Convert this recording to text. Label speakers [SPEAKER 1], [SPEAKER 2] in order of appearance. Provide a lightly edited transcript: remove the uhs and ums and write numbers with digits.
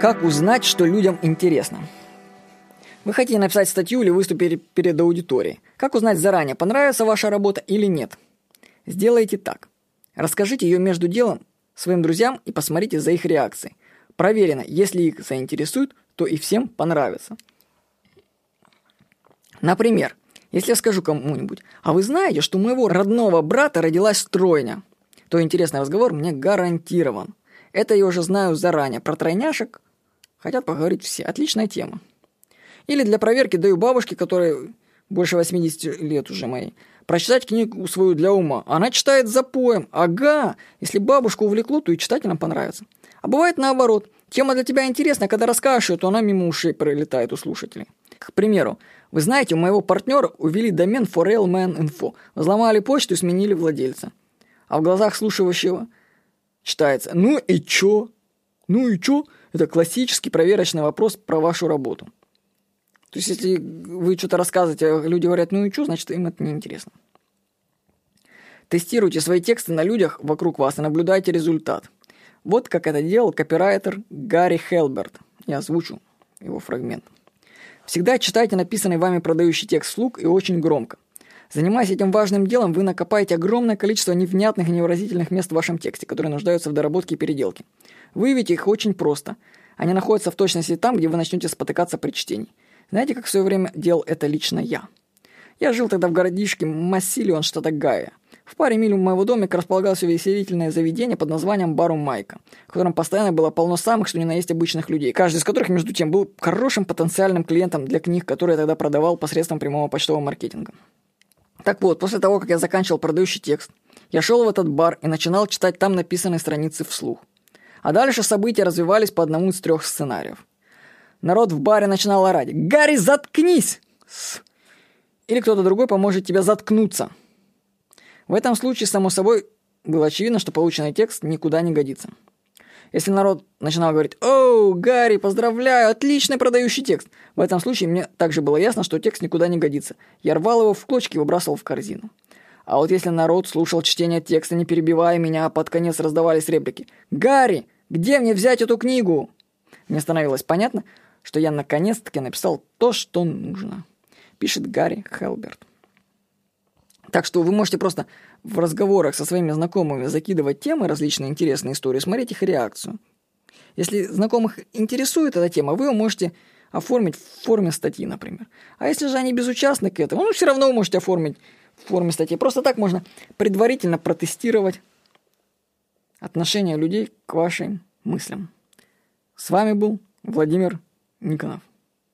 [SPEAKER 1] Как узнать, что людям интересно? Вы хотите написать статью или выступить перед аудиторией. Как узнать заранее, понравится ваша работа или нет? Сделайте так. Расскажите ее между делом своим друзьям и посмотрите за их реакцией. Проверено, если их заинтересует, то и всем понравится. Например, если я скажу кому-нибудь: а вы знаете, что у моего родного брата родилась тройня, то интересный разговор мне гарантирован. Это я уже знаю заранее. Про тройняшек хотят поговорить все. Отличная тема. Или для проверки даю бабушке, которой больше 80 лет уже моей, прочитать книгу свою для ума. Она читает запоем. Ага, если бабушку увлекло, то и читателям понравится. А бывает наоборот. Тема для тебя интересная, когда расскажешь ее, то она мимо ушей пролетает у слушателей. К примеру, вы знаете, у моего партнера увели домен forrealman.info, взломали почту и сменили владельца. А в глазах слушающего читается: ну и чё? Ну и чё? Это классический проверочный вопрос про вашу работу. То есть, если вы что-то рассказываете, а люди говорят: ну и чё, значит, им это неинтересно. Тестируйте свои тексты на людях вокруг вас и наблюдайте результат. Вот как это делал копирайтер Гарри Хелберт. Я озвучу его фрагмент. Всегда читайте написанный вами продающий текст вслух и очень громко. Занимаясь этим важным делом, вы накопаете огромное количество невнятных и невыразительных мест в вашем тексте, которые нуждаются в доработке и переделке. Выявите их очень просто. Они находятся в точности там, где вы начнете спотыкаться при чтении. Знаете, как в свое время делал это лично я? Я жил тогда в городишке Массилион, штата Гайя. В паре миль от моего домика располагалось увеселительное заведение под названием Бар у Майка, в котором постоянно было полно самых, что ни на есть, обычных людей, каждый из которых, между тем, был хорошим потенциальным клиентом для книг, которые я тогда продавал посредством прямого почтового маркетинга. Так вот, после того, как я заканчивал продающий текст, я шел в этот бар и начинал читать там написанные страницы вслух. А дальше события развивались по одному из 3 сценариев. Народ в баре начинал орать: «Гарри, заткнись!» Или кто-то другой поможет тебе заткнуться. В этом случае, само собой, было очевидно, что полученный текст никуда не годится. Если народ начинал говорить: «Оу, Гарри, поздравляю, отличный продающий текст», в этом случае мне также было ясно, что текст никуда не годится. Я рвал его в клочки и выбрасывал в корзину. А вот если народ слушал чтение текста, не перебивая меня, а под конец раздавались реплики: «Гарри, где мне взять эту книгу?» Мне становилось понятно, что я наконец-таки написал то, что нужно. Пишет Гарри Хелберт. Так что вы можете просто в разговорах со своими знакомыми закидывать темы, различные интересные истории, смотреть их реакцию. Если знакомых интересует эта тема, вы ее можете оформить в форме статьи, например. А если же они безучастны к этому, все равно вы можете оформить в форме статьи. Просто так можно предварительно протестировать отношение людей к вашим мыслям. С вами был Владимир Никонов.